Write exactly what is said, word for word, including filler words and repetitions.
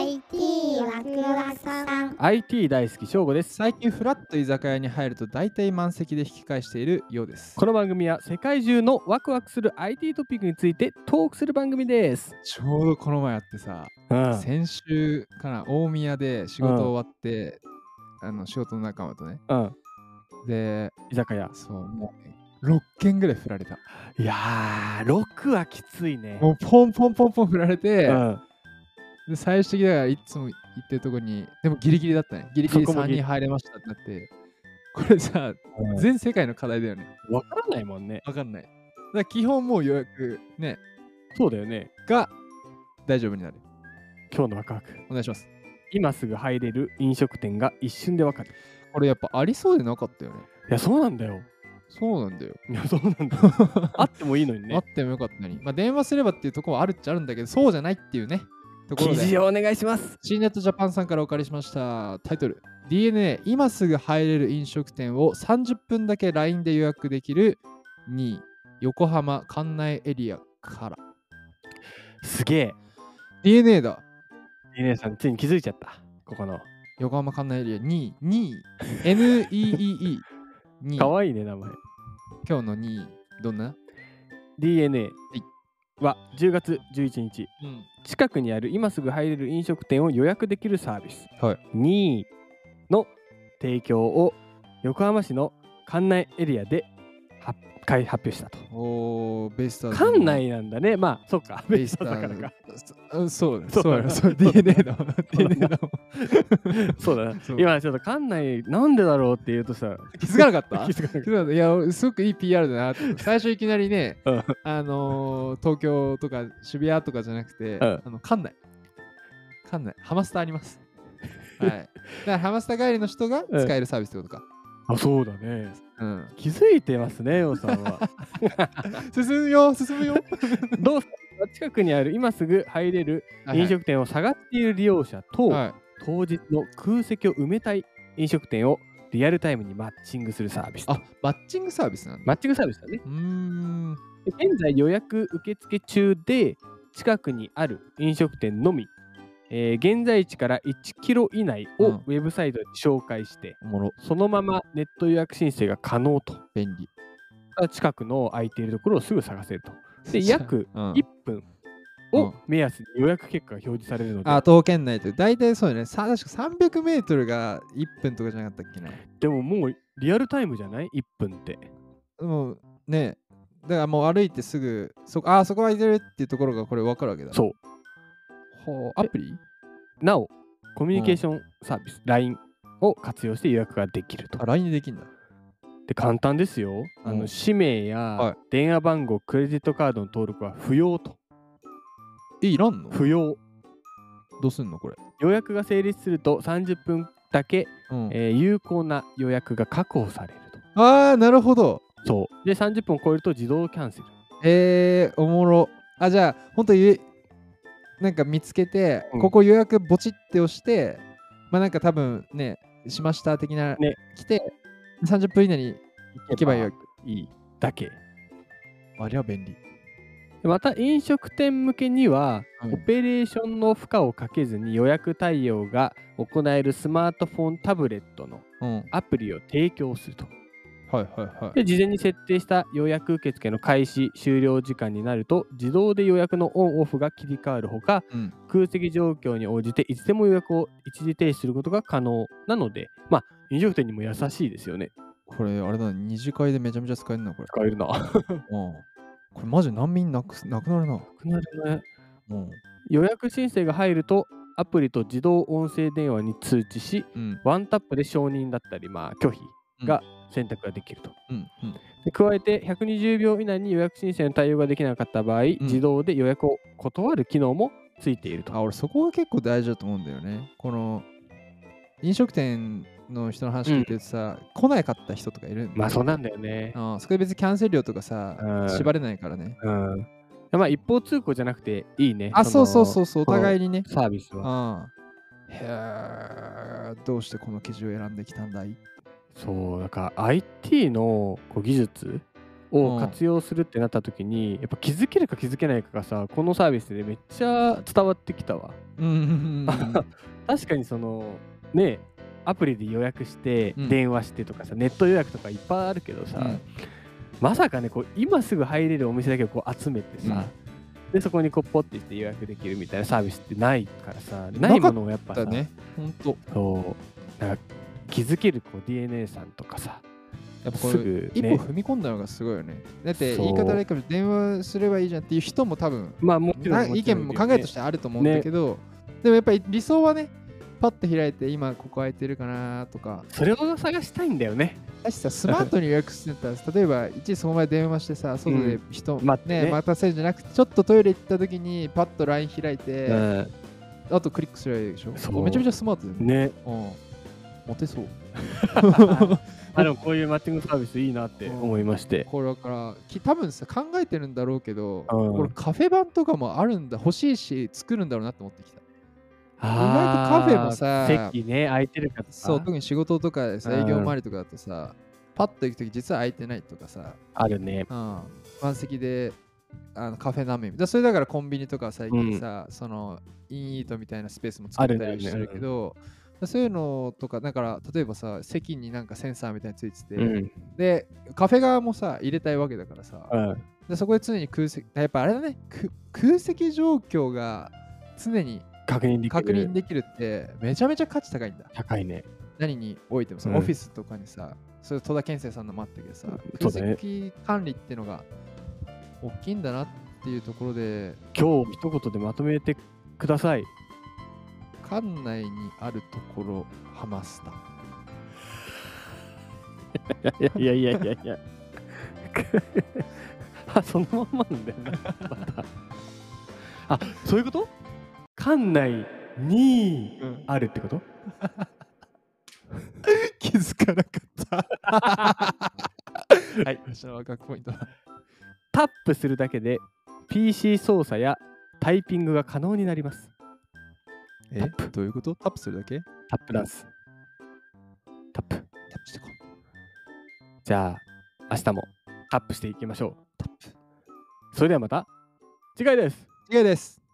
イティー ワクワクさん。 アイティー 大好き翔吾です。 最近フラッと居酒屋に入ると大体満席で引き返しているようです。 この番組は世界中のワクワクする アイティー トピックについてトークする番組です。 ちょうどこの前あってさ、 うん、 先週かな、大宮で仕事終わって、うん、あの仕事の仲間とね、 うん、 で居酒屋、 そうもうろっけんぐらい振られた。 いやーろくはきついね。 もうポンポンポンポン振られて、 うん、 で最終的にはいつも行ってるとこに、でもギリギリだったね。ギリギリさんにん入れましたってなって、これさ、うん、全世界の課題だよね。 わからないもんね。 わかんない。だから基本もう予約ね。 そうだよね。 が大丈夫になる。 今日のワクワクお願いします。 今すぐ入れる飲食店が一瞬でわかる。 これやっぱありそうでなかったよね。 いやそうなんだよ。 そうなんだよ。 いやそうなんだよ。あってもいいのにね。 あってもよかったのに。まあ電話すればっていうところはあるっちゃあるんだけど、そうじゃないっていうね。ところで記事をお願いします。 シーネットジャパンさんからお借りしました。タイトル ディーエヌエー 今すぐ入れる飲食店をさんじゅっぷんだけ ライン で予約できるに横浜関内エリアから。 すげえディーエヌエー だ。 ディーエヌエー さんついに気づいちゃった。ここの横浜関内エリアに に エヌイーイーイー にかわいいね名前。 今日のにどんなディーエヌエー はじゅうがつじゅういちにち、 うん、 近くにある今すぐ入れる飲食店を予約できるサービス、 はい、 にの提供を横浜市の関内エリアで発表したと。 おー、ベイスターズ関内なんだね。まあそっか、 ベイスターだからか。 そうそうだそうだそう ディーエヌエー だ ディーエヌエー だそうだな。今ちょっと関内なんでだろうって言うとさ、 気づかなかった気づかなかった。 いやすごくいい ピーアール だなって。最初いきなりね、 うん、 あのー、東京とか渋谷とかじゃなくて、うん、あの関内関内ハマスタあります。はい。だからハマスタ帰りの人が使えるサービスってことか。 うん、あ、そうだね。 うん、 気づいてますね、よさんは。 進むよ、進むよ。 どうすか近くにある今すぐ入れる飲食店を探している利用者と、はい、当日の空席を埋めたい飲食店をリアルタイムにマッチングするサービス。 あ、マッチングサービスなんだ。 マッチングサービスだね。 うーん。 現在予約受付中で、近くにある飲食店のみ、えー、現在地からいちキロ以内をウェブサイトで紹介して、うん、そのままネット予約申請が可能と。 便利。 近くの空いているところをすぐ探せると。で、約いっぷんを目安に予約結果が表示されるので。 あ、東圏内と。大体そうよね。確かさんびゃくメートルがいっぷんとかじゃなかったっけな。 でももうリアルタイムじゃない ?いっ 分って。 もうね、だからもう歩いてすぐ、そこ、あ、そこ空いてるっていうところがこれ分かるわけだ。 そう。 ほう、アプリ？ なお、コミュニケーションサービス、ライン を活用して予約ができると。 あ、ライン でできるんだ。 で簡単ですよ。あの氏名や電話番号、クレジットカードの登録は不要と。 え、いらんの？ 不要。 どうすんのこれ？ 予約が成立するとさんじゅっぷんだけ、うんえー、有効な予約が確保されると。 ああ、なるほど。 そう。で、さんじゅっぷんを超えると自動キャンセル。 えー、おもろ。あ、じゃあ、ほんとなんか見つけて、うん、ここ予約ボチって押して、まあなんか多分ね、しました的な、ね、来て、さんじゅっぷん以内に行けばいいだけ。 ありゃ便利。 また飲食店向けには、うん、オペレーションの負荷をかけずに予約対応が行えるスマートフォンタブレットのアプリを提供すると。 うん、はいはいはい。 で事前に設定した予約受付の開始終了時間になると自動で予約のオンオフが切り替わるほか、うん、空席状況に応じていつでも予約を一時停止することが可能なので、まあ飲食店にも優しいですよね。 これあれだね、二次会でめちゃめちゃ使えるなこれ。 使えるな。 うんこれマジ難民なくなくなるな。なくなるね。うん、予約申請が入るとアプリと自動音声電話に通知し、うん、ワンタップで承認だったり、まあ、拒否が選択ができると。うんうん、で加えてひゃくにじゅうびょう以内に予約申請の対応ができなかった場合、うん、自動で予約を断る機能もついていると。 あ、俺そこが結構大事だと思うんだよね。この飲食店の人の話聞いてるとさ、うん、来なかった人とかいるんだ。 まあそうなんだよね。 あそこで別にキャンセル料とかさ、うん、縛れないからね。 うん。まあ一方通行じゃなくていいね。 あ、そうそうそうそう、お互いにね。 サービスは。 うん、へえ、どうしてこの記事を選んできたんだい？ そう、だから アイティー のこう技術を活用するってなった時に、やっぱ気づけるか気づけないかがさ、このサービスでめっちゃ伝わってきたわ。 うんうんうんうん確かにそのね、アプリで予約してうん電話してとかさ、ネット予約とかいっぱいあるけどさ、 うんまさかねこう今すぐ入れるお店だけをこう集めてさ、でそこにこうポッてして予約できるみたいなサービスってないからさ、ないものをやっぱさ、 だね、ほんと。 そうなんか気づけるこう ディーエヌエー さんとかさ、 やっぱこれすぐ一歩ね、 踏み込んだのがすごいよね。だってそう言い方悪いから電話すればいいじゃんっていう人も多分、 まあもちろんな意もちろん見も考えとしてあると思うんだけど、でもやっぱり理想はね、パッと開いて今ここ空いてるかなとか、 それを探したいんだよね。 だしさ、スマートに予約してたら、例えば一時その前電話してさ、外で人、 待ってねね、待たせるんじゃなくて、ちょっとトイレ行った時にパッと ライン 開いて、 うんあとクリックすればいいでしょ。 そうめちゃめちゃスマートだよね。 ね。 うん。モテそう。 あでもこういうマッチングサービスいいなって思いまして。 これだからき多分さ考えてるんだろうけど、 うんこれカフェ版とかもあるんだ、欲しいし作るんだろうなって思ってきた。 あ意外とカフェもさ席ね空いてるからさ、 そう、特に仕事とかでさ、 うん営業周りとかだとさ、パッと行くとき実は空いてないとかさ、 あるね。 うん、満席であのカフェナメだそれだからコンビニとか最近さ、そのインイートみたいなスペースも作ったりしてるけど、そういうのとか、だから例えばさ、席になんかセンサーみたいについてて、 うんで、カフェ側もさ、入れたいわけだからさ、 うんでそこで常に空席、やっぱあれだね、く空席状況が常に確認できる。 確認できるってめちゃめちゃ価値高いんだ。 高いね。 何においてもさ、 うんオフィスとかにさ、それ戸田健生さんのもあったけどさ、空そうだね席管理ってのが大きいんだなっていうところで、 今日一言でまとめてください。 館内にあるところ、ハマスタ。 いやいやいやいやいや。あ、そのまんまなんだよね。またあ、そういうこと？館内にあるってこと？ 気づかなかった。はい、私のワクワクポイントだ。 タップするだけで ピーシー 操作やタイピングが可能になります。 えタップどういうこと？タップするだけ？ タップダンス。タップ。 タップしてこう。 じゃあ、明日もタップしていきましょう。タップ。それではまた次回です。 違いです。